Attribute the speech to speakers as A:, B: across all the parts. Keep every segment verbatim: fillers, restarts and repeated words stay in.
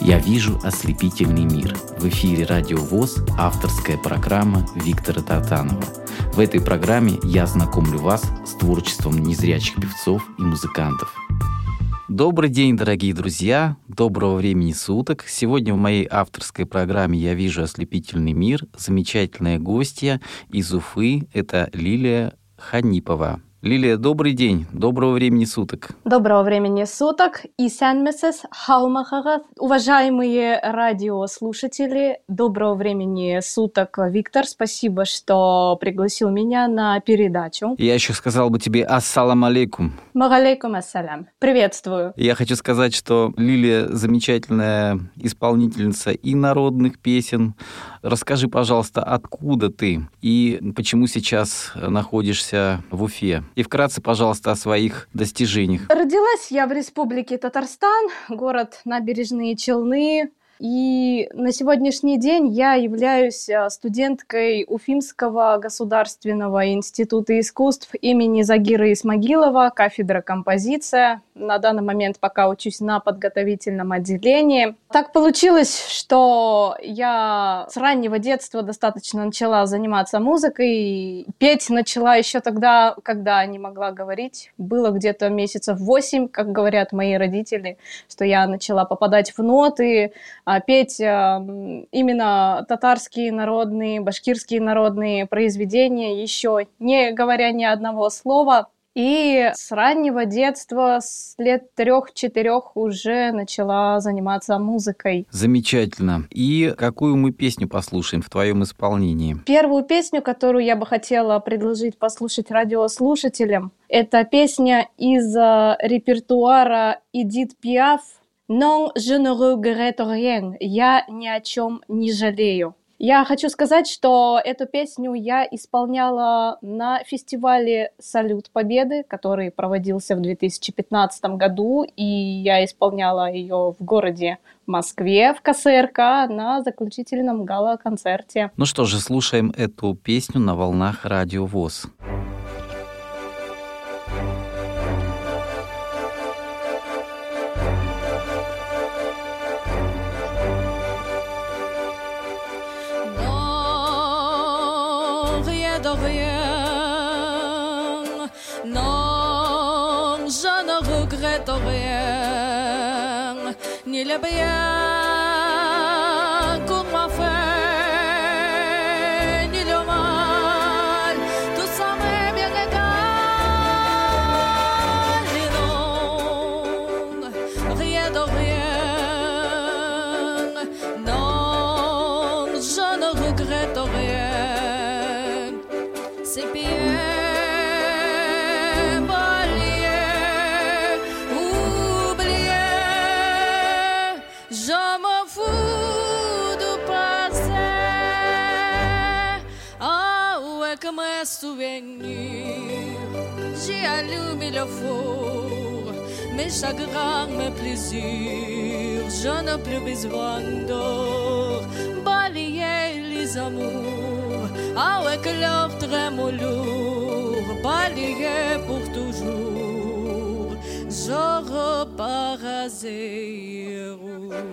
A: Я вижу ослепительный мир. В эфире Радио ВОС авторская программа Виктора Тартанова. В этой программе я знакомлю вас с творчеством незрячих певцов и музыкантов. Добрый день, дорогие друзья! Доброго времени суток! Сегодня в моей авторской программе «Я вижу ослепительный мир» замечательная гостья из Уфы. Это Лилия Ханипова. Лилия, добрый день, доброго времени суток.
B: Доброго времени суток. И сәнмесіз, хаумахагат. Уважаемые радиослушатели, доброго времени суток, Виктор. Спасибо, что пригласил меня на передачу.
A: Я еще сказал бы тебе ассалам алейкум.
B: Магалейкум ассалям. Приветствую.
A: Я хочу сказать, что Лилия замечательная исполнительница и народных песен. Расскажи, пожалуйста, откуда ты и почему сейчас находишься в Уфе? И вкратце, пожалуйста, о своих достижениях.
B: Родилась я в Республике Татарстан, город Набережные Челны. И на сегодняшний день я являюсь студенткой Уфимского государственного института искусств имени Загира Исмагилова, кафедра композиция. На данный момент пока учусь на подготовительном отделении. Так получилось, что я с раннего детства достаточно начала заниматься музыкой. Петь начала еще тогда, когда не могла говорить. Было где-то месяцев восемь, как говорят мои родители, что я начала попадать в ноты, петь именно татарские народные, башкирские народные произведения, еще не говоря ни одного слова. И с раннего детства, с лет трех-четырех уже начала заниматься музыкой.
A: Замечательно. И какую мы песню послушаем в твоем исполнении?
B: Первую песню, которую я бы хотела предложить послушать радиослушателям, это песня из репертуара Эдит Пиаф «Non, je ne regrette rien» – «Я ни о чем не жалею». Я хочу сказать, что эту песню я исполняла на фестивале «Салют Победы», который проводился в две тысячи пятнадцатом году, и я исполняла ее в городе Москве, в ка эс эр ка, на заключительном гала-концерте.
A: Ну что же, слушаем эту песню на волнах Радио ВОС.
C: De rien, non, je ne regrette rien, ni le bien qu'on m'a fait, ni le mal, tout ça m'est bien égal, et non, rien de rien, non, je ne regrette rien. C'est bien balayer, oublier, je me fous du passé. Avec mes souvenirs, j'ai allumé le four, mes chagrins, mes plaisirs, je n'ai plus besoin d'or, balayer les amours. Avec leur trémolo, balayer pour toujours, je repars à zéro.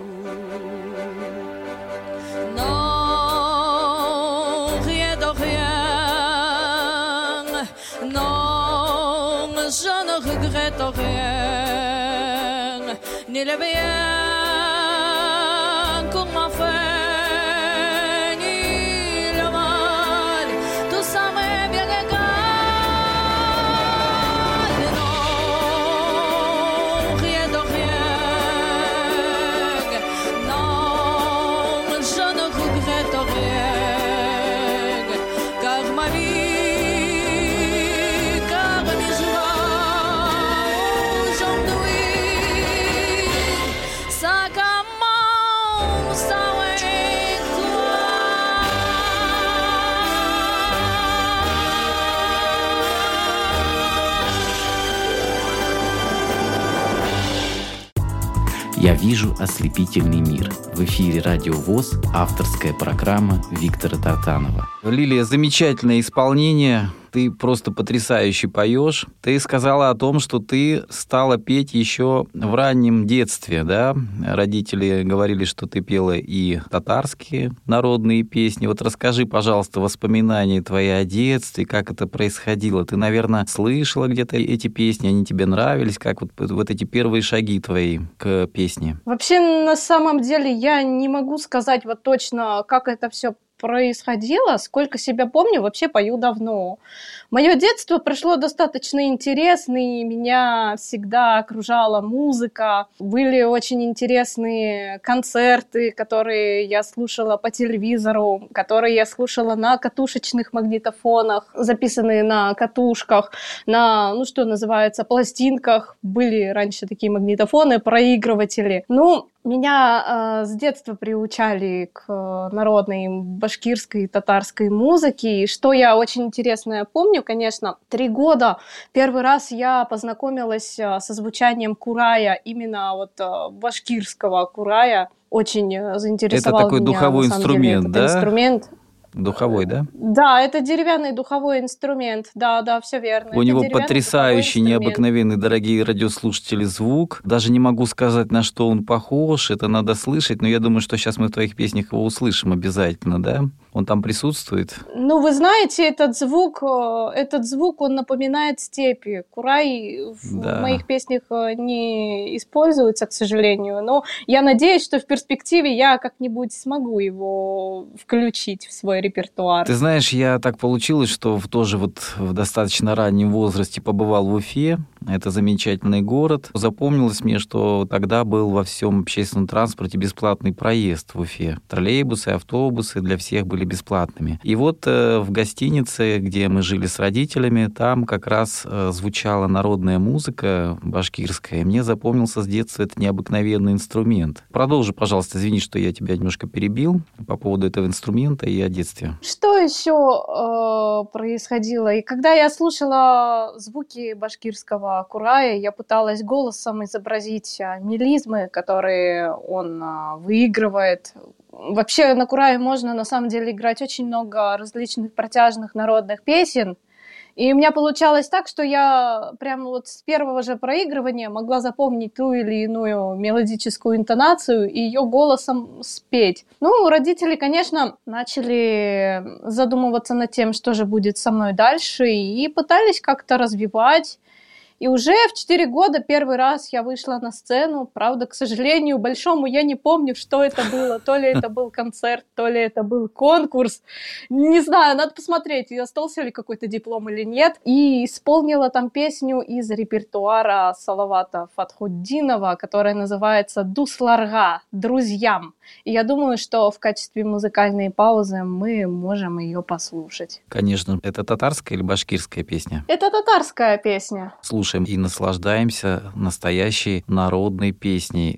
C: Non, rien de rien, non, je ne regrette rien, ni le bien qu'on m'a fait.
A: Я вижу ослепительный мир. В эфире Радио ВОС авторская программа Виктора Тартанова. Лилия, замечательное исполнение. Ты просто потрясающе поешь. Ты сказала о том, что ты стала петь еще в раннем детстве, да? Родители говорили, что ты пела и татарские народные песни. Вот расскажи, пожалуйста, воспоминания твои о детстве, как это происходило. Ты, наверное, слышала где-то эти песни, они тебе нравились? Как вот, вот эти первые шаги твои к песне?
B: Вообще, на самом деле, я не могу сказать вот точно, как это все происходило. Сколько себя помню, вообще пою давно. Мое детство прошло достаточно интересно, и меня всегда окружала музыка. Были очень интересные концерты, которые я слушала по телевизору, которые я слушала на катушечных магнитофонах, записанные на катушках, на, ну что называется, пластинках. Были раньше такие магнитофоны, проигрыватели. Ну, меня э, с детства приучали к э, народной башкирской и татарской музыке. И что я очень интересное помню, конечно, три года первый раз я познакомилась э, со звучанием курая, именно вот э, башкирского курая. Очень э, заинтересовал
A: это такой
B: меня,
A: духовой
B: на самом
A: инструмент,
B: деле, этот
A: да?
B: инструмент.
A: Духовой, да?
B: Да, это деревянный духовой инструмент. Да, да, все верно.
A: У
B: это
A: него потрясающий, необыкновенный, дорогие радиослушатели, звук. Даже не могу сказать, на что он похож. Это надо слышать, но я думаю, что сейчас мы в твоих песнях его услышим обязательно, да? Он там присутствует?
B: Ну, вы знаете, этот звук, этот звук, он напоминает степи. Курай
A: да.
B: в моих песнях не используется, к сожалению, но я надеюсь, что в перспективе я как-нибудь смогу его включить в свой репертуар.
A: Ты знаешь, я так получилось, что в, тоже вот в достаточно раннем возрасте побывал в Уфе. Это замечательный город. Запомнилось мне, что тогда был во всем общественном транспорте бесплатный проезд в Уфе. Троллейбусы, автобусы для всех были бесплатными. И вот э, в гостинице, где мы жили с родителями, там как раз э, звучала народная музыка башкирская. И мне запомнился с детства этот необыкновенный инструмент. Продолжи, пожалуйста, извини, что я тебя немножко перебил по поводу этого инструмента и о детстве.
B: Что еще э, происходило? И когда я слушала звуки башкирского курая, я пыталась голосом изобразить мелизмы, которые он э, выигрывает. Вообще на курае можно на самом деле играть очень много различных протяжных народных песен. И у меня получалось так, что я прямо вот с первого же проигрывания могла запомнить ту или иную мелодическую интонацию и ее голосом спеть. Ну, родители, конечно, начали задумываться над тем, что же будет со мной дальше, и пытались как-то развивать. И уже в четыре года первый раз я вышла на сцену. Правда, к сожалению, большому я не помню, что это было. То ли это был концерт, то ли это был конкурс. Не знаю, надо посмотреть, остался ли какой-то диплом или нет. И исполнила там песню из репертуара Салавата Фатхуддинова, которая называется «Дусларга», «Друзьям». И я думаю, что в качестве музыкальной паузы мы можем ее послушать.
A: Конечно. Это татарская или башкирская песня?
B: Это татарская песня.
A: Слушаем и наслаждаемся настоящей народной песней.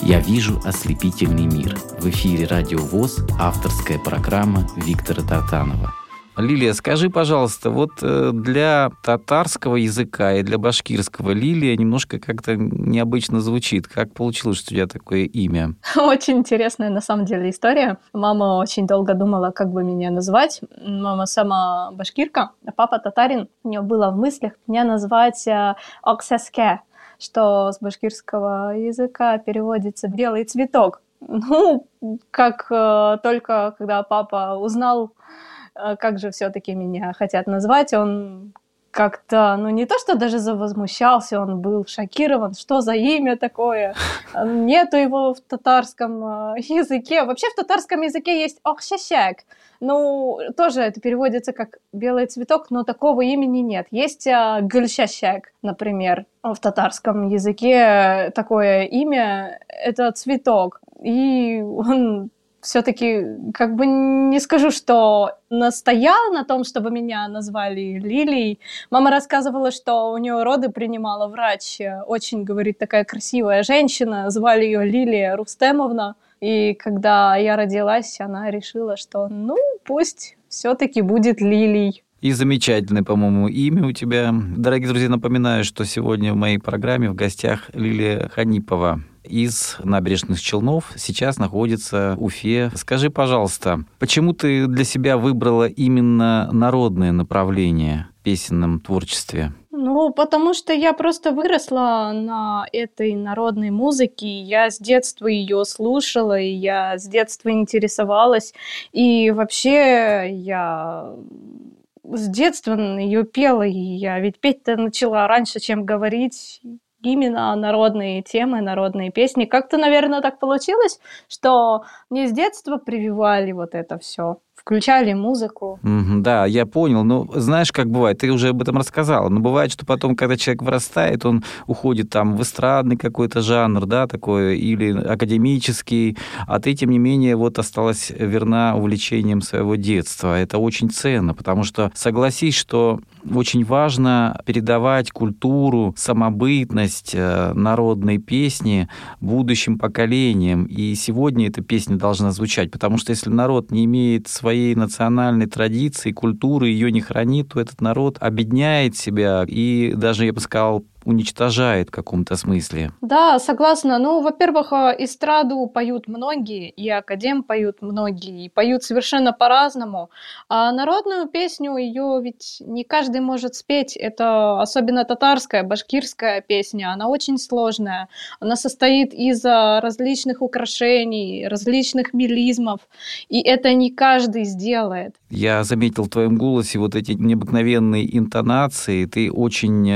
A: Я вижу ослепительный мир. В эфире Радио ВОС, авторская программа Виктора Татанова. Лилия, скажи, пожалуйста, вот для татарского языка и для башкирского Лилия немножко как-то необычно звучит. Как получилось, что у тебя такое имя?
B: Очень интересная на самом деле история. Мама очень долго думала, как бы меня назвать. Мама сама башкирка, а папа татарин. У нее было в мыслях меня назвать Оксеске, что с башкирского языка переводится «белый цветок». Ну, как только когда папа узнал, как же все-таки меня хотят назвать, он как-то, ну не то, что даже завозмущался, он был шокирован, что за имя такое, нету его в татарском языке. Вообще в татарском языке есть Окшешек, ну тоже это переводится как белый цветок, но такого имени нет. Есть Гульшешек, например, в татарском языке такое имя, это цветок, и он все-таки, как бы не скажу, что настоял на том, чтобы меня назвали Лилией. Мама рассказывала, что у нее роды принимала врач, очень, говорит, такая красивая женщина, звали ее Лилия Рустемовна. И когда я родилась, она решила, что ну пусть все-таки будет Лилией.
A: И замечательное, по-моему, имя у тебя. Дорогие друзья, напоминаю, что сегодня в моей программе в гостях Лилия Ханипова из Набережных Челнов, сейчас находится в Уфе. Скажи, пожалуйста, почему ты для себя выбрала именно народное направление в песенном творчестве?
B: Ну, потому что я просто выросла на этой народной музыке, я с детства ее слушала, и я с детства интересовалась, и вообще я с детства ее пела, и я ведь петь-то начала раньше, чем говорить. Именно народные темы, народные песни. Как-то, наверное, так получилось, что мне с детства прививали вот это все. Включали музыку.
A: Mm-hmm, да, я понял. Но знаешь, как бывает, ты уже об этом рассказала, но бывает, что потом, когда человек вырастает, он уходит там в эстрадный какой-то жанр, да, такой, или академический, а ты, тем не менее, вот осталась верна увлечениям своего детства. Это очень ценно, потому что согласись, что очень важно передавать культуру, самобытность народной песни будущим поколениям. И сегодня эта песня должна звучать, потому что если народ не имеет своей национальной традиции, культуры, ее не хранит, то этот народ обедняет себя и даже, я бы сказал, уничтожает в каком-то смысле.
B: Да, согласна. Ну, во-первых, эстраду поют многие, и академ поют многие, и поют совершенно по-разному. А народную песню, ее ведь не каждый может спеть. Это особенно татарская, башкирская песня. Она очень сложная. Она состоит из различных украшений, различных мелизмов, и это не каждый сделает.
A: Я заметил в твоем голосе вот эти необыкновенные интонации. Ты очень,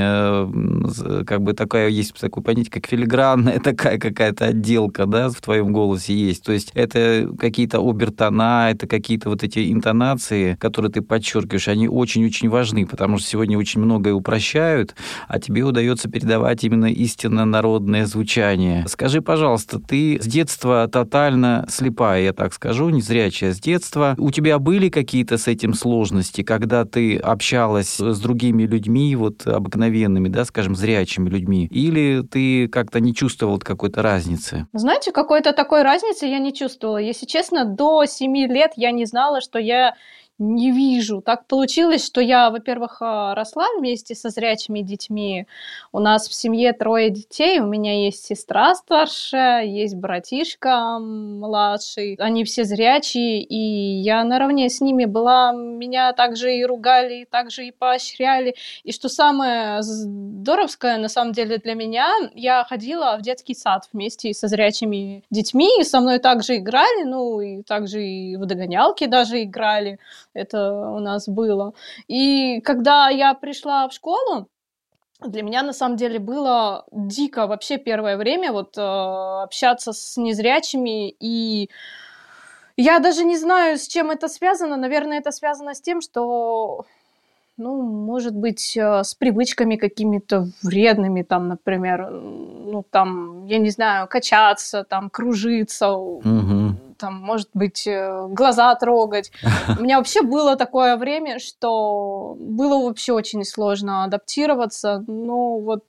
A: как бы, такая, есть такое понятие, как филигранная такая какая-то отделка, да, в твоем голосе есть. То есть это какие-то обертона, это какие-то вот эти интонации, которые ты подчеркиваешь, они очень-очень важны, потому что сегодня очень многое упрощают, а тебе удается передавать именно истинно народное звучание. Скажи, пожалуйста, ты с детства тотально слепая, я так скажу, незрячая с детства. У тебя были какие-то с этим сложности, когда ты общалась с другими людьми, вот обыкновенными, да, скажем, зрячими людьми, или ты как-то не чувствовала какой-то разницы?
B: Знаете, какой-то такой разницы я не чувствовала. Если честно, до семи лет я не знала, что я не вижу. Так получилось, что я, во-первых, росла вместе со зрячими детьми. У нас в семье трое детей. У меня есть сестра старшая, есть братишка младший. Они все зрячие, и я наравне с ними была. Меня также и ругали, и также и поощряли. И что самое здоровское, на самом деле, для меня, я ходила в детский сад вместе со зрячими детьми, и со мной также играли, ну, и также и в догонялки даже играли. Это у нас было. И когда я пришла в школу, для меня на самом деле было дико вообще первое время вот э, общаться с незрячими, и я даже не знаю, с чем это связано. Наверное, это связано с тем, что, ну, может быть, с привычками какими-то вредными, там, например, ну, там, я не знаю, качаться, там, кружиться.
A: Угу.
B: там, может быть, э, глаза трогать. У меня вообще было такое время, что было вообще очень сложно адаптироваться. Ну, вот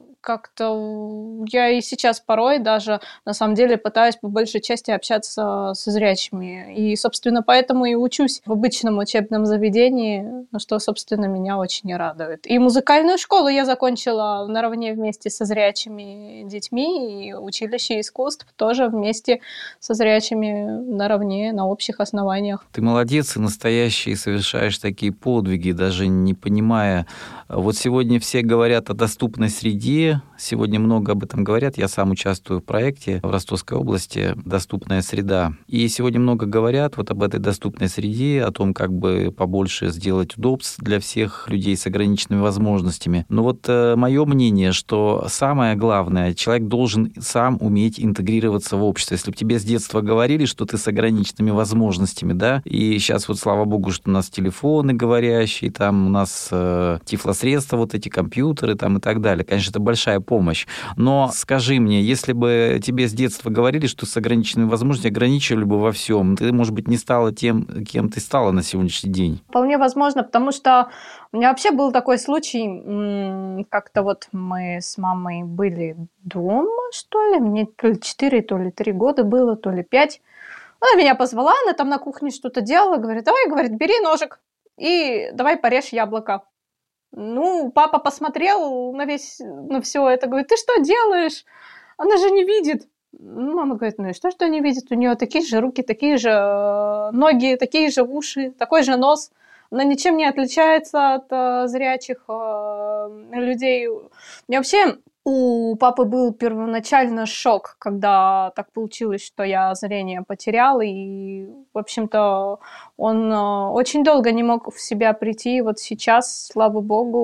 B: как-то я и сейчас порой даже, на самом деле, пытаюсь по большей части общаться со зрячими. И, собственно, поэтому и учусь в обычном учебном заведении, что, собственно, меня очень радует. И музыкальную школу я закончила наравне вместе со зрячими детьми, и училище искусств тоже вместе со зрячими наравне, на общих основаниях.
A: Ты молодец и настоящий, и совершаешь такие подвиги, даже не понимая. Вот сегодня все говорят о доступной среде, сегодня много об этом говорят. Я сам участвую в проекте в Ростовской области «Доступная среда». И сегодня много говорят вот об этой доступной среде, о том, как бы побольше сделать удобств для всех людей с ограниченными возможностями. Но вот э, мое мнение, что самое главное, человек должен сам уметь интегрироваться в общество. Если бы тебе с детства говорили, что ты с ограниченными возможностями, да, и сейчас вот слава богу, что у нас телефоны говорящие, там у нас э, тифлосредства, вот эти компьютеры там и так далее. Конечно, это большая помощь. Но скажи мне, если бы тебе с детства говорили, что с ограниченными возможностями ограничивали бы во всем, ты, может быть, не стала тем, кем ты стала на сегодняшний день?
B: Вполне возможно, потому что у меня вообще был такой случай, как-то вот мы с мамой были дома, что ли, мне то ли четыре, то ли три года было, то ли пять. Она меня позвала, она там на кухне что-то делала, говорит, давай, говорит, бери ножик и давай порежь яблоко. Ну, папа посмотрел на весь, на все это, говорит, ты что делаешь? Она же не видит. Мама говорит, ну и что, что не видит? У нее такие же руки, такие же ноги, такие же уши, такой же нос. Она ничем не отличается от э, зрячих э, людей. У меня вообще у папы был первоначально шок, когда так получилось, что я зрение потеряла. И, в общем-то, он э, очень долго не мог в себя прийти. И вот сейчас, слава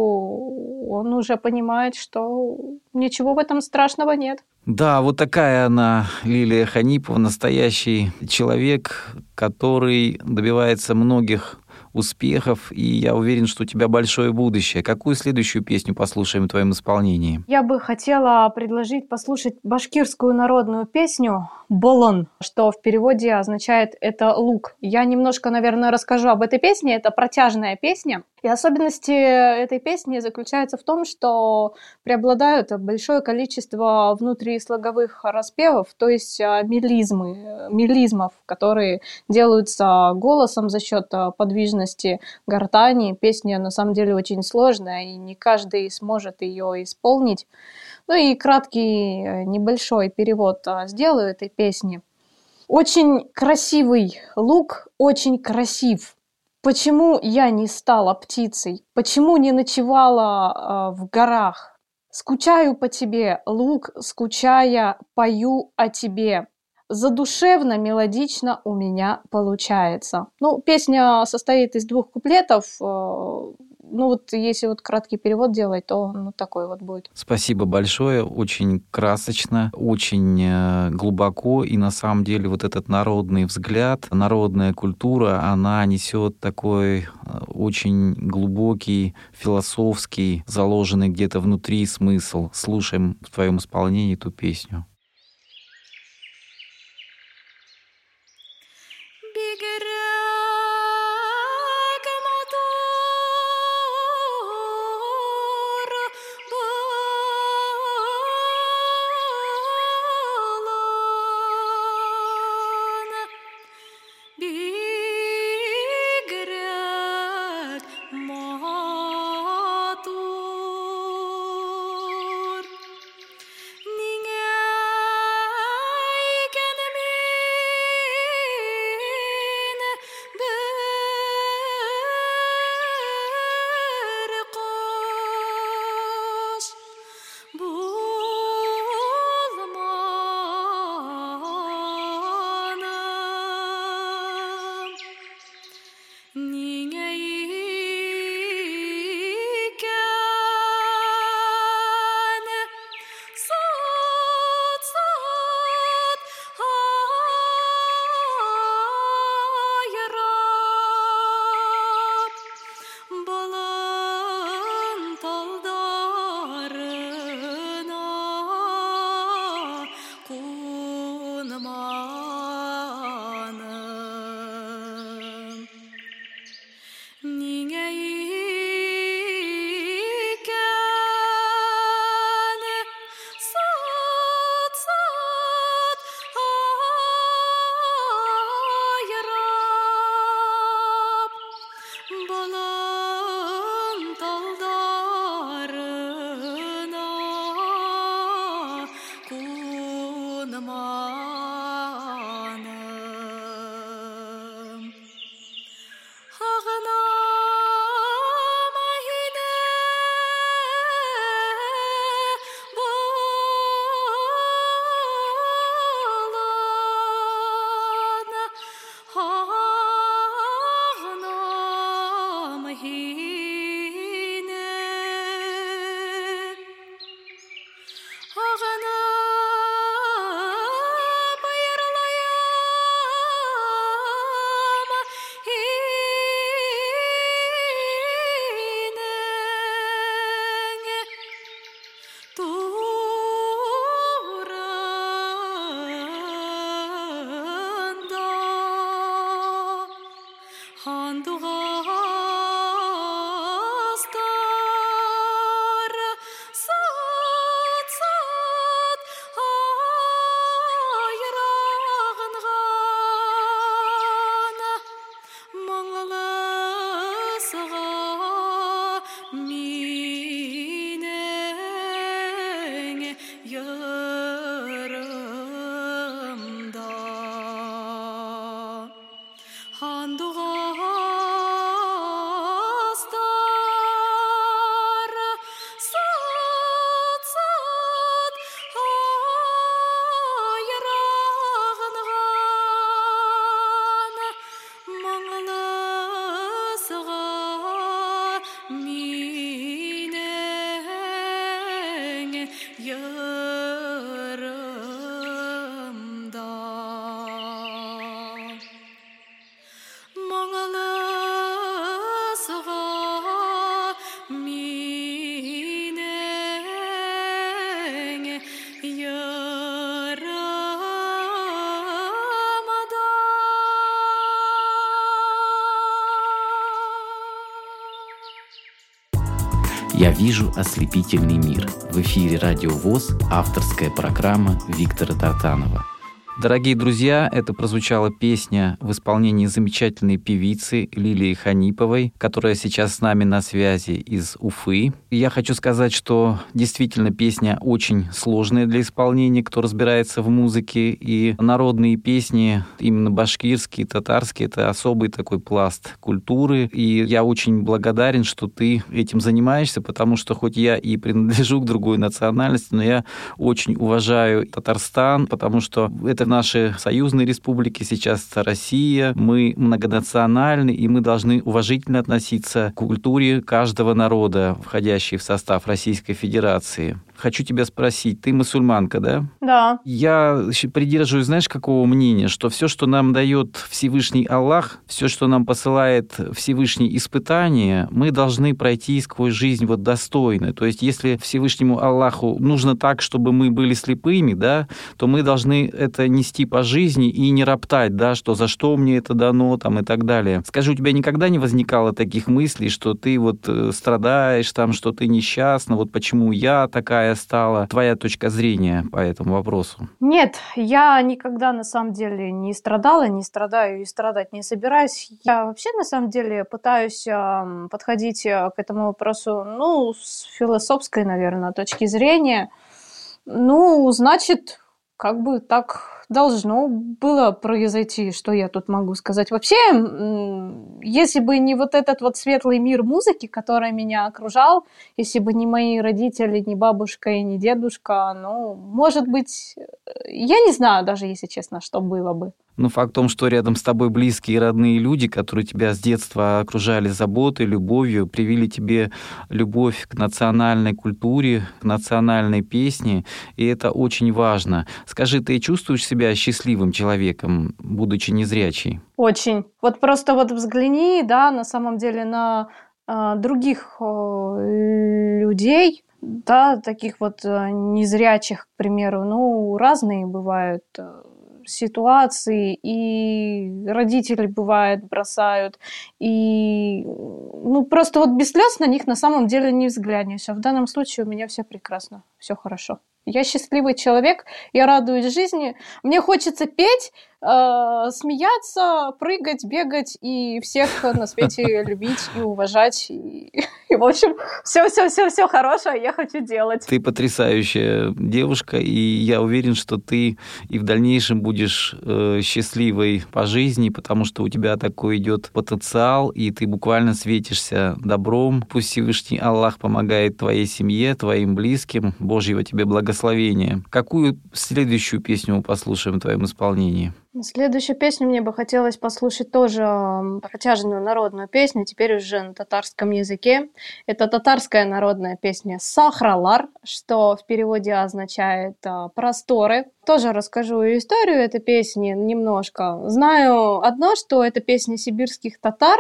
B: богу, он уже понимает, что ничего в этом страшного нет.
A: Да, вот такая она, Лилия Ханипова, настоящий человек, который добивается многих успехов, и я уверен, что у тебя большое будущее. Какую следующую песню послушаем в твоем исполнении?
B: Я бы хотела предложить послушать башкирскую народную песню «Болон», что в переводе означает «это лук». Я немножко, наверное, расскажу об этой песне. Это протяжная песня. И особенности этой песни заключаются в том, что преобладают большое количество внутрислоговых распевов, то есть мелизмы, мелизмов, которые делаются голосом за счет подвижности гортани. Песня на самом деле очень сложная, и не каждый сможет ее исполнить. Ну и краткий небольшой перевод сделаю этой песни. Очень красивый лук, очень красив. Почему я не стала птицей? Почему не ночевала э, в горах? Скучаю по тебе, лук, скучая, пою о тебе. Задушевно, мелодично у меня получается. Ну, песня состоит из двух куплетов. Э, ну, вот если вот краткий перевод делать, то ну, такой вот будет.
A: Спасибо большое. Очень красочно, очень глубоко. И на самом деле вот этот народный взгляд, народная культура, она несет такой очень глубокий, философский, заложенный где-то внутри смысл. Слушаем в твоем исполнении эту песню.
C: Ниңә
A: «Я вижу ослепительный мир». В эфире Радио ВОС, авторская программа Виктора Тартанова. Дорогие друзья, это прозвучала песня в исполнении замечательной певицы Лилии Ханиповой, которая сейчас с нами на связи из Уфы. И я хочу сказать, что действительно песня очень сложная для исполнения, кто разбирается в музыке. И народные песни, именно башкирские, татарские, это особый такой пласт культуры. И я очень благодарен, что ты этим занимаешься, потому что хоть я и принадлежу к другой национальности, но я очень уважаю Татарстан, потому что это наши союзные республики, сейчас Россия, мы многонациональны, и мы должны уважительно относиться к культуре каждого народа, входящей в состав Российской Федерации. Хочу тебя спросить, ты мусульманка, да?
B: Да.
A: Я придерживаюсь, знаешь, какого мнения, что все, что нам дает Всевышний Аллах, все, что нам посылает Всевышний испытания, мы должны пройти сквозь жизнь вот достойно. То есть, если Всевышнему Аллаху нужно так, чтобы мы были слепыми, да, то мы должны это нести по жизни и не роптать, да, что за что мне это дано, там, и так далее. Скажи, у тебя никогда не возникало таких мыслей, что ты вот страдаешь, там, что ты несчастна, вот почему я такая стала? Твоя точка зрения по этому вопросу?
B: Нет, я никогда на самом деле не страдала, не страдаю и страдать не собираюсь. Я вообще на самом деле пытаюсь э, подходить к этому вопросу, ну, с философской, наверное, точки зрения. Ну, значит, как бы так должно было произойти, что я тут могу сказать. Вообще, если бы не вот этот вот светлый мир музыки, который меня окружал, если бы не мои родители, не бабушка и не дедушка, ну, может быть, я не знаю даже, если честно, что было бы.
A: Но факт в том, что рядом с тобой близкие и родные люди, которые тебя с детства окружали заботой, любовью, привили тебе любовь к национальной культуре, к национальной песне, и это очень важно. Скажи, ты чувствуешь себя счастливым человеком, будучи незрячей?
B: Очень. Вот просто вот взгляни, да, на самом деле на э, других э, людей, да, таких вот э, незрячих, к примеру, ну, разные бывают э, ситуации, и родители, бывает, бросают, и ну просто вот без слез на них на самом деле не взглянешь. А в данном случае у меня все прекрасно, все хорошо. Я счастливый человек, я радуюсь жизни, мне хочется петь, э, смеяться, прыгать, бегать и всех на свете любить и уважать. И, и в общем, все-все-все-все хорошее я хочу делать.
A: Ты потрясающая девушка, и я уверен, что ты и в дальнейшем будешь э, счастливой по жизни, потому что у тебя такой идет потенциал, и ты буквально светишься добром. Пусть Всевышний Аллах помогает твоей семье, твоим близким. Божьего тебе благословения. Какую следующую песню мы послушаем в твоем исполнении?
B: Следующую песню мне бы хотелось послушать тоже протяжную народную песню, теперь уже на татарском языке. Это татарская народная песня «Сахралар», что в переводе означает «просторы». Тоже расскажу историю этой песни немножко. Знаю одно, что это песня сибирских татар,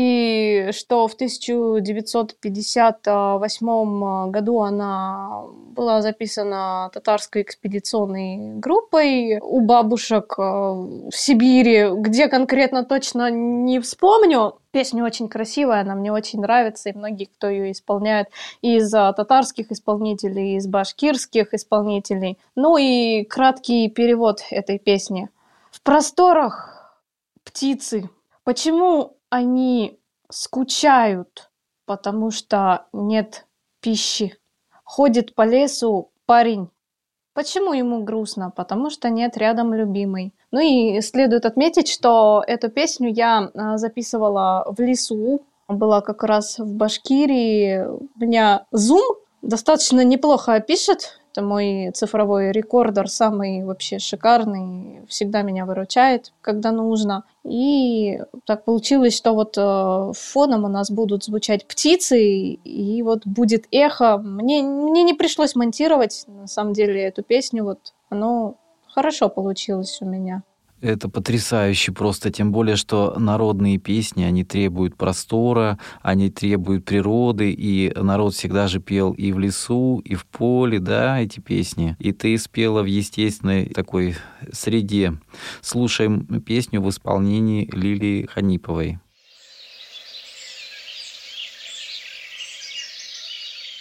B: и что в тысяча девятьсот пятьдесят восьмом году она была записана татарской экспедиционной группой у бабушек в Сибири, где конкретно точно не вспомню. Песня очень красивая, она мне очень нравится, и многие, кто ее исполняет, из татарских исполнителей, из башкирских исполнителей. Ну и краткий перевод этой песни. В просторах птицы. Почему они скучают? Потому что нет пищи. Ходит по лесу парень. Почему ему грустно? Потому что нет рядом любимой. Ну и следует отметить, что эту песню я записывала в лесу. Была как раз в Башкирии. У меня Zoom достаточно неплохо пишет. Это мой цифровой рекордер, самый вообще шикарный, всегда меня выручает, когда нужно. И так получилось, что вот э, фоном у нас будут звучать птицы, и вот будет эхо. Мне, мне не пришлось монтировать, на самом деле, эту песню. Вот оно хорошо получилось у меня.
A: Это потрясающе просто, тем более, что народные песни, они требуют простора, они требуют природы, и народ всегда же пел и в лесу, и в поле, да, эти песни. И ты спела в естественной такой среде. Слушаем песню в исполнении Лилии Ханиповой.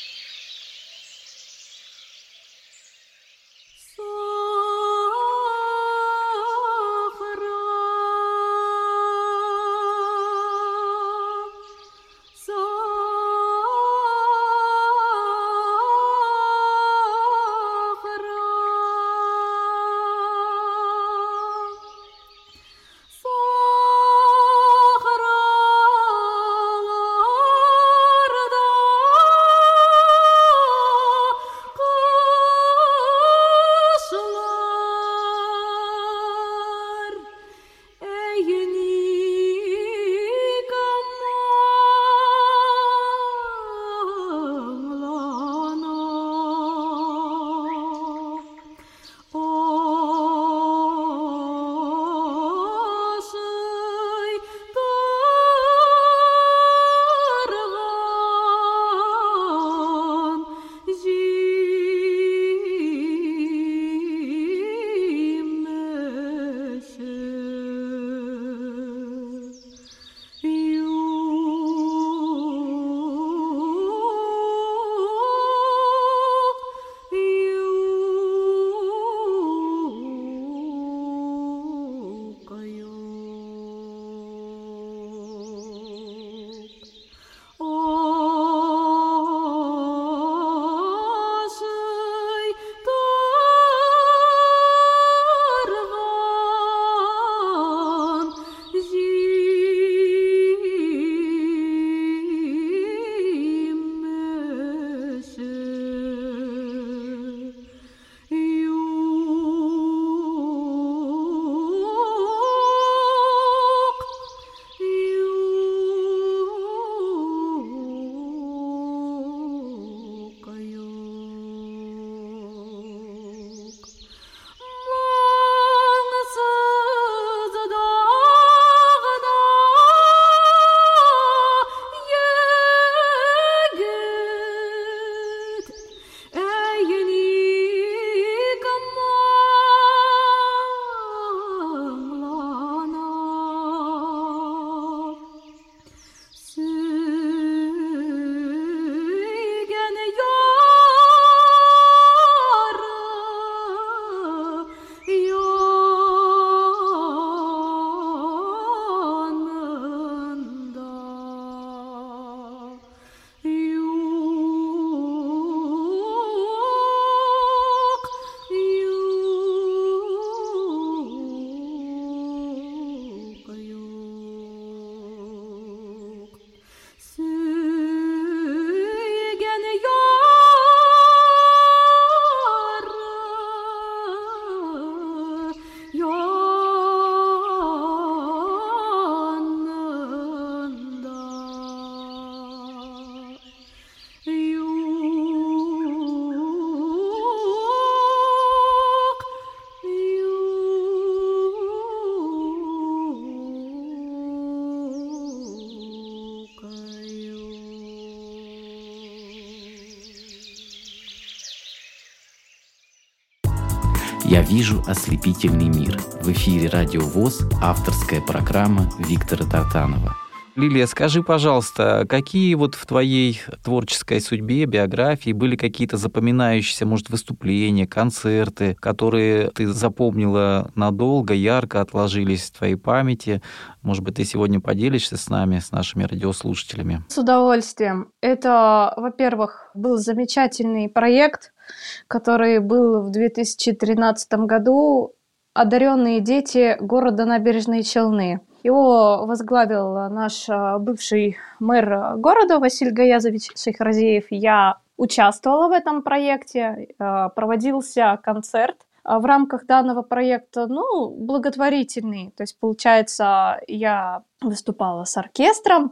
A: Я вижу ослепительный мир. В эфире Радио ВОС, авторская программа Виктора Тартанова.
D: Лилия, скажи, пожалуйста, какие вот в твоей творческой судьбе, биографии были какие-то запоминающиеся, может, выступления, концерты, которые ты запомнила надолго, ярко отложились в твоей памяти? Может быть, ты сегодня поделишься с нами, с нашими радиослушателями?
B: С удовольствием. Это, во-первых, был замечательный проект, который был в две тысячи тринадцатом году «Одаренные дети города Набережные Челны». Его возглавил наш бывший мэр города Василий Гаязович Шейхразеев. Я участвовала в этом проекте, проводился концерт в рамках данного проекта, ну, благотворительный. То есть, получается, я выступала с оркестром,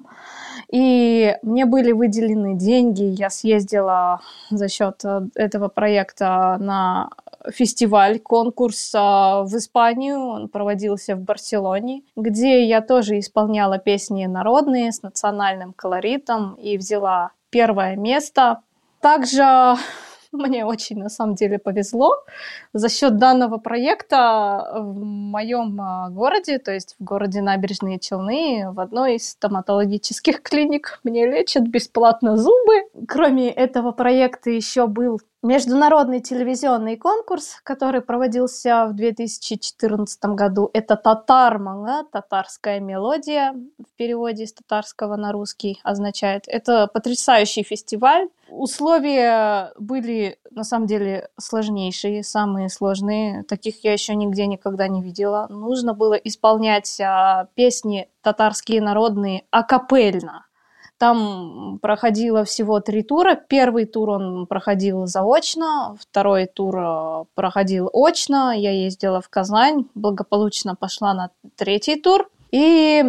B: и мне были выделены деньги. Я съездила за счет этого проекта на фестиваль, конкурс в Испанию. Он проводился в Барселоне, где я тоже исполняла песни народные с национальным колоритом и взяла первое место. Также мне очень, на самом деле, повезло. За счет данного проекта в моем городе, то есть в городе Набережные Челны, в одной из стоматологических клиник мне лечат бесплатно зубы. Кроме этого проекта еще был международный телевизионный конкурс, который проводился в две тысячи четырнадцатом году. Это «Татар-мага», «Татарская мелодия», в переводе с татарского на русский означает. Это потрясающий фестиваль. Условия были, на самом деле, сложнейшие, самые сложные. Таких я еще нигде никогда не видела. Нужно было исполнять а, песни татарские народные акапельно. Там проходило всего три тура. Первый тур он проходил заочно, второй тур проходил очно. Я ездила в Казань, благополучно пошла на третий тур. И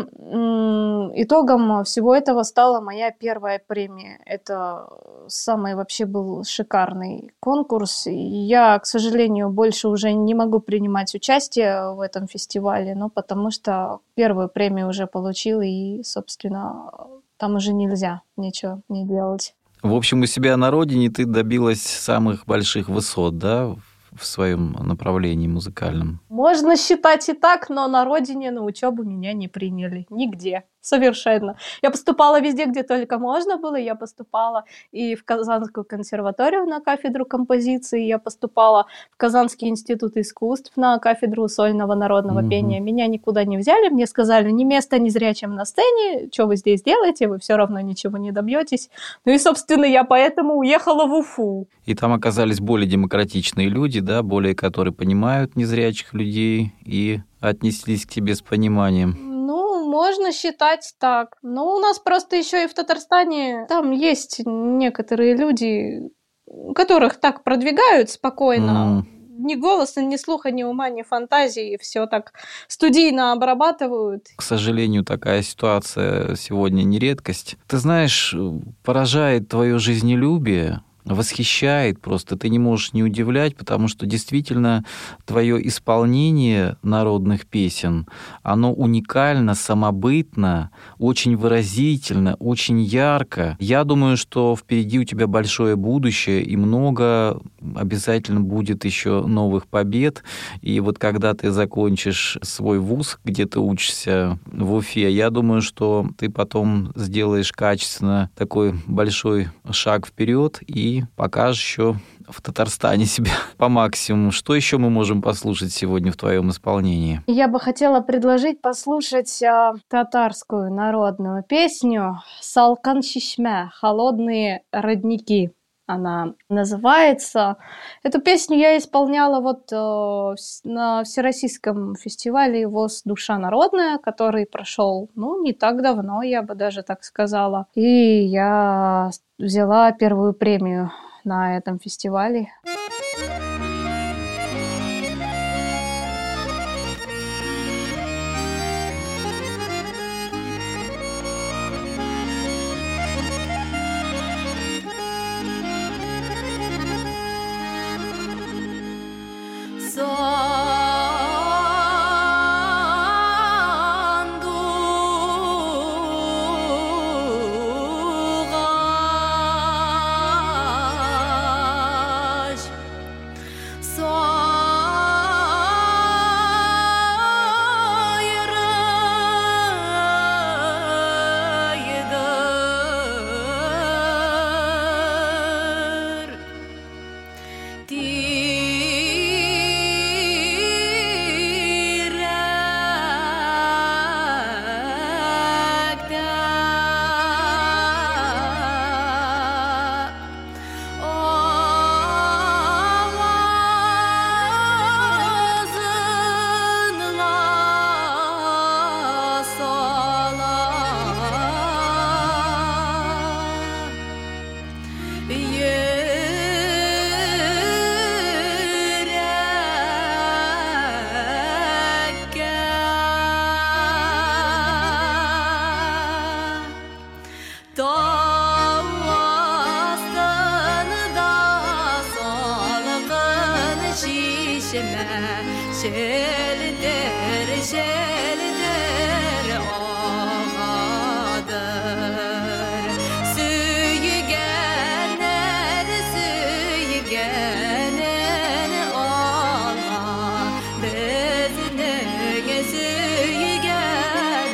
B: м- итогом всего этого стала моя первая премия. Это самый вообще был шикарный конкурс. И я, к сожалению, больше уже не могу принимать участие в этом фестивале, ну, потому что первую премию уже получила, и, собственно, там уже нельзя ничего не делать.
D: В общем, у себя на родине ты добилась самых больших высот, да, в своем направлении музыкальном?
B: Можно считать и так, но на родине на учебу меня не приняли. Нигде. Совершенно. Я поступала везде, где только можно было. Я поступала и в Казанскую консерваторию на кафедру композиции, я поступала в Казанский институт искусств на кафедру сольного народного mm-hmm. пения. Меня никуда не взяли. Мне сказали, ни места незрячим на сцене, что вы здесь делаете, вы все равно ничего не добьетесь. Ну и, собственно, я поэтому уехала в Уфу.
D: И там оказались более демократичные люди, да, более которые понимают незрячих людей и отнеслись к тебе с пониманием.
B: Можно считать так. Но у нас просто еще и в Татарстане там есть некоторые люди, которых так продвигают спокойно. Mm. Ни голоса, ни слуха, ни ума, ни фантазии. Все так студийно обрабатывают.
D: К сожалению, такая ситуация сегодня не редкость. Ты знаешь, поражает твое жизнелюбие, восхищает просто, ты не можешь не удивлять, потому что действительно твое исполнение народных песен, оно уникально, самобытно, очень выразительно, очень ярко. Я думаю, что впереди у тебя большое будущее и много обязательно будет еще новых побед. И вот когда ты закончишь свой вуз, где ты учишься в Уфе, я думаю, что ты потом сделаешь качественно такой большой шаг вперед и покажешь еще в Татарстане себя по максимуму. Что еще мы можем послушать сегодня в твоем исполнении?
B: Я бы хотела предложить послушать а, татарскую народную песню «Салкан Шишме» «Холодные родники». Она называется. Эту песню я исполняла вот э, на Всероссийском фестивале ВОС «Душа народная», который прошел, ну, не так давно, я бы даже так сказала. И я взяла первую премию на этом фестивале.
C: Sanduğaş Şeldir, şeldir ağadır. Süyügenler, süyügenen ağla. Bizning süyügen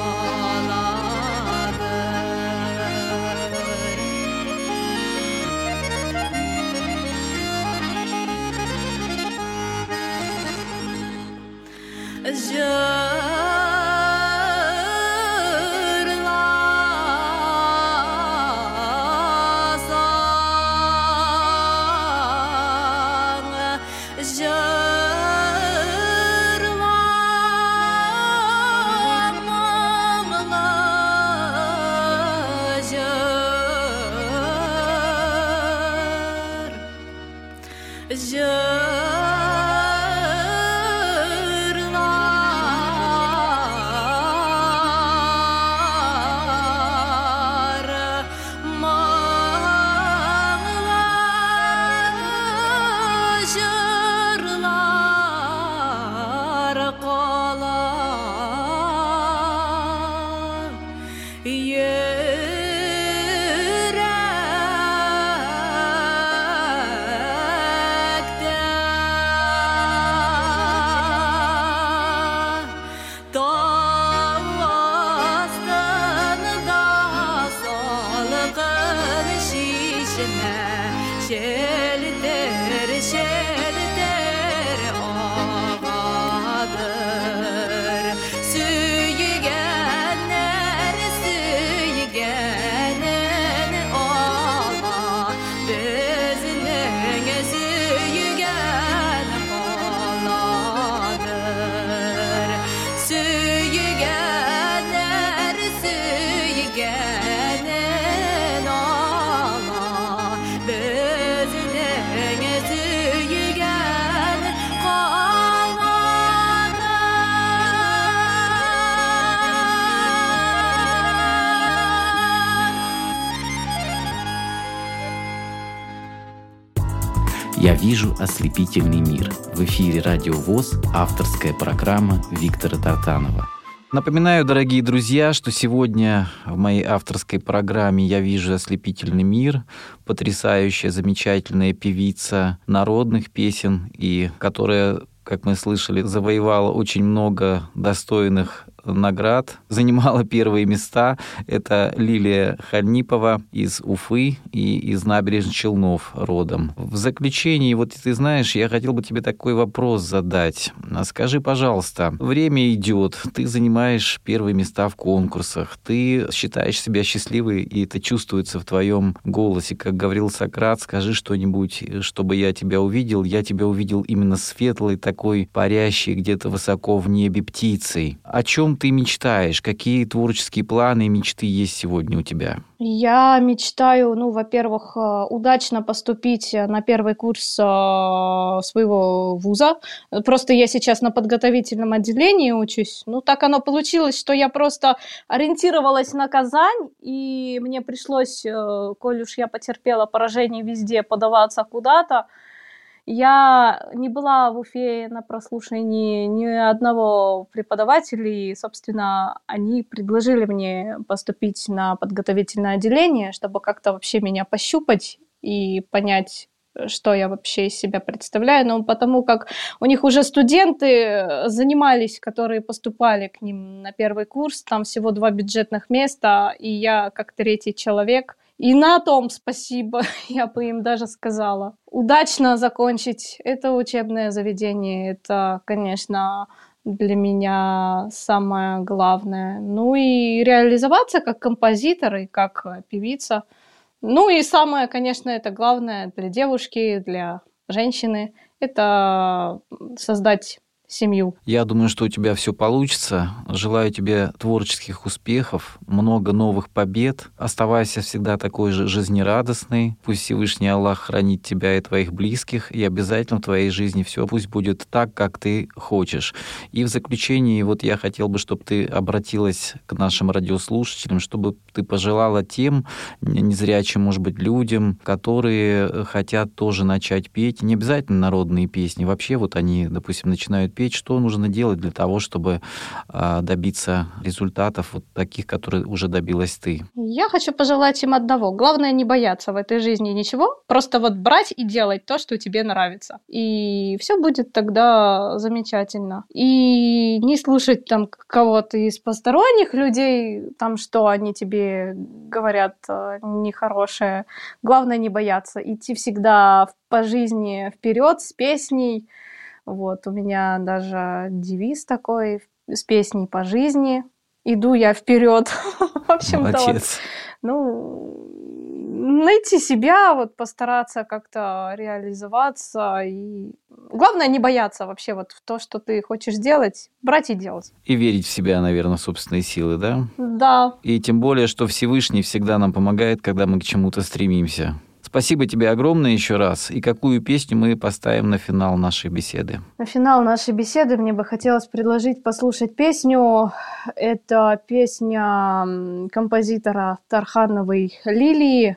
A: «Я вижу ослепительный мир». В эфире Радио ВОС, авторская программа Виктора Тартанова.
D: Напоминаю, дорогие друзья, что сегодня в моей авторской программе «Я вижу ослепительный мир» потрясающая, замечательная певица народных песен, и которая, как мы слышали, завоевала очень много достойных наград, занимала первые места. Это Лилия Хальнипова из Уфы и из Набережных Челнов родом. В заключении, вот ты знаешь, я хотел бы тебе такой вопрос задать. Скажи, пожалуйста, время идет, ты занимаешь первые места в конкурсах, ты считаешь себя счастливой, и это чувствуется в твоем голосе. Как говорил Сократ, скажи что-нибудь, чтобы я тебя увидел. Я тебя увидел именно светлой, такой парящей где-то высоко в небе птицей. О чем ты мечтаешь? Какие творческие планы и мечты есть сегодня у тебя?
B: Я мечтаю, ну, во-первых, удачно поступить на первый курс своего вуза. Просто я сейчас на подготовительном отделении учусь. Ну, так оно получилось, что я просто ориентировалась на Казань, и мне пришлось, коль уж я потерпела поражение везде, подаваться куда-то. Я не была в Уфе на прослушивании ни одного преподавателя, и, собственно, они предложили мне поступить на подготовительное отделение, чтобы как-то вообще меня пощупать и понять, что я вообще из себя представляю. Но потому как у них уже студенты занимались, которые поступали к ним на первый курс, там всего два бюджетных места, и я как третий человек. И на том спасибо, я бы им даже сказала. Удачно закончить это учебное заведение, это, конечно, для меня самое главное. Ну и реализоваться как композитор и как певица. Ну и самое, конечно, это главное для девушки, для женщины, это создать семью.
D: Я думаю, что у тебя все получится. Желаю тебе творческих успехов, много новых побед. Оставайся всегда такой же жизнерадостной. Пусть Всевышний Аллах хранит тебя и твоих близких, и обязательно в твоей жизни все пусть будет так, как ты хочешь. И в заключении вот я хотел бы, чтобы ты обратилась к нашим радиослушателям, чтобы ты пожелала тем незрячим, может быть, людям, которые хотят тоже начать петь. Не обязательно народные песни. Вообще вот они, допустим, начинают петь. Что нужно делать для того, чтобы а, добиться результатов вот таких, которые уже добилась ты?
B: Я хочу пожелать им одного. Главное не бояться в этой жизни ничего. Просто вот брать и делать то, что тебе нравится. И все будет тогда замечательно. И не слушать там кого-то из посторонних людей, там что они тебе говорят нехорошее. Главное не бояться. Идти всегда по жизни вперед с песней. Вот, у меня даже девиз такой с песней по жизни. Иду я вперед. В общем-то, вот, ну, найти себя, вот, постараться как-то реализоваться. И главное не бояться вообще вот в то, что ты хочешь делать, брать и делать.
D: И верить в себя, наверное, в собственные силы, да?
B: Да.
D: И тем более, что Всевышний всегда нам помогает, когда мы к чему-то стремимся. Спасибо тебе огромное еще раз. И какую песню мы поставим на финал нашей беседы?
B: На финал нашей беседы мне бы хотелось предложить послушать песню. Это песня композитора Тархановой Лилии.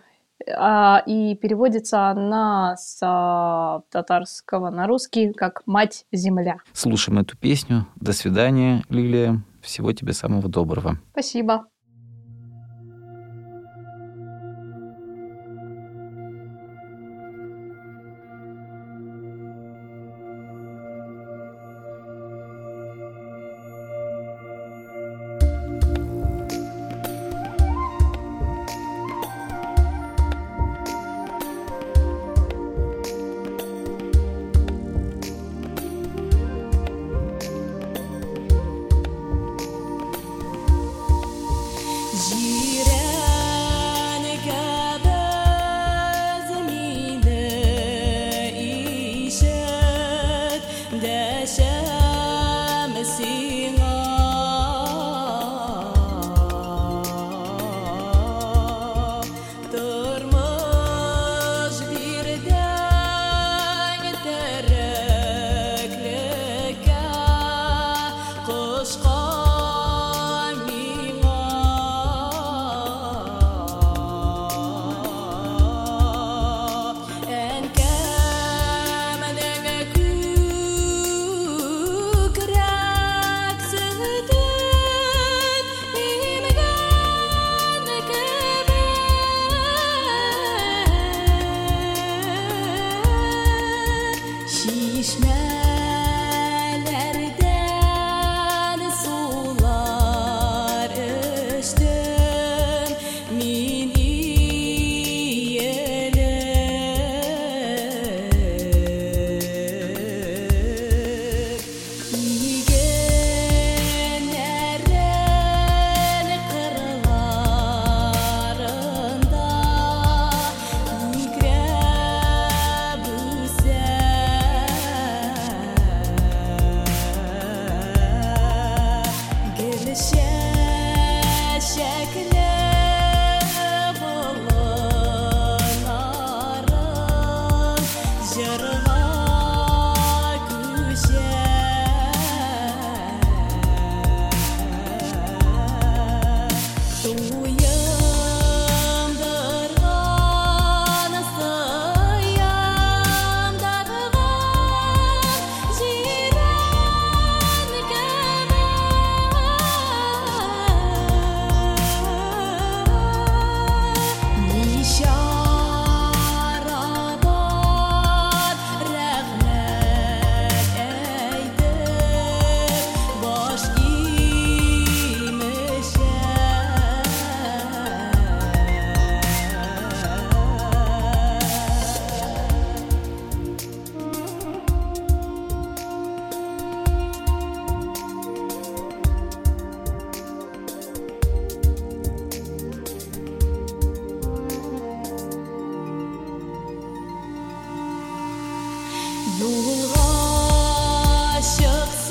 B: И переводится она с татарского на русский как «Мать-Земля».
D: Слушаем эту песню. До свидания, Лилия. Всего тебе самого доброго.
B: Спасибо.
C: Юлга чыкса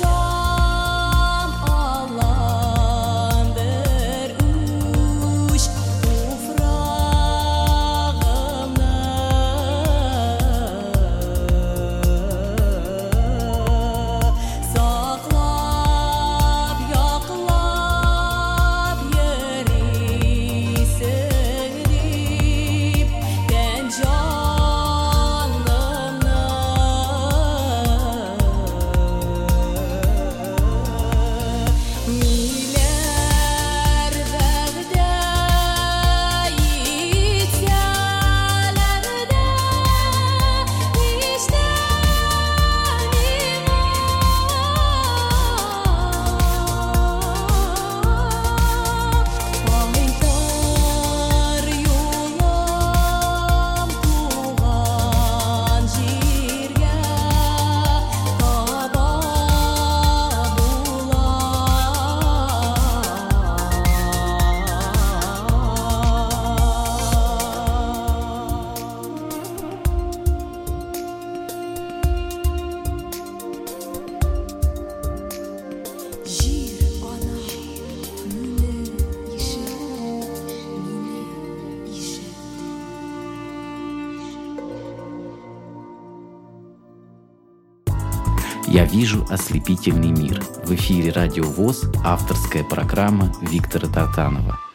A: «Я вижу ослепительный мир». В эфире Радио ВОС, авторская программа Виктора Тартанова.